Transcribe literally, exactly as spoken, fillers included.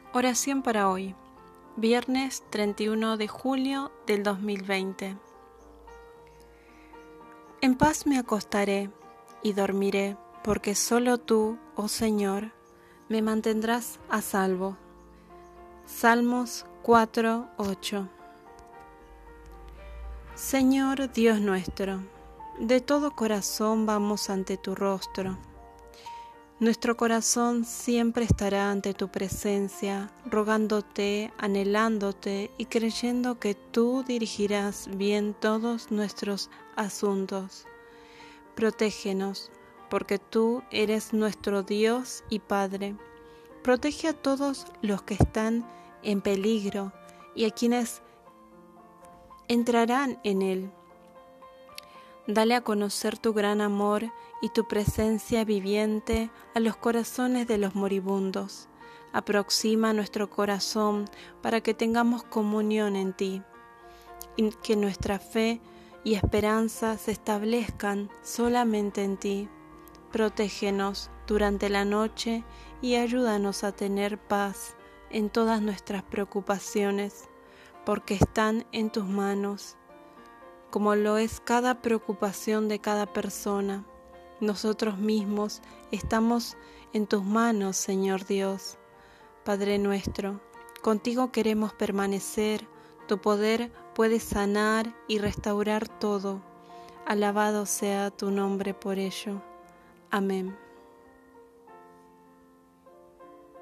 Oración para hoy, viernes treinta y uno de julio del dos mil veinte. En paz me acostaré y dormiré, porque solo tú, oh Señor, me mantendrás a salvo. Salmos cuatro, ocho. Señor Dios nuestro, de todo corazón vamos ante tu rostro. Nuestro corazón siempre estará ante tu presencia, rogándote, anhelándote y creyendo que tú dirigirás bien todos nuestros asuntos. Protégenos, porque tú eres nuestro Dios y Padre. Protege a todos los que están en peligro y a quienes entrarán en él. Dale a conocer tu gran amor y tu presencia viviente a los corazones de los moribundos. Aproxima nuestro corazón para que tengamos comunión en ti, y que nuestra fe y esperanza se establezcan solamente en ti. Protégenos durante la noche y ayúdanos a tener paz en todas nuestras preocupaciones, porque están en tus manos, como lo es cada preocupación de cada persona. Nosotros mismos estamos en tus manos, Señor Dios. Padre nuestro, contigo queremos permanecer, tu poder puede sanar y restaurar todo. Alabado sea tu nombre por ello. Amén.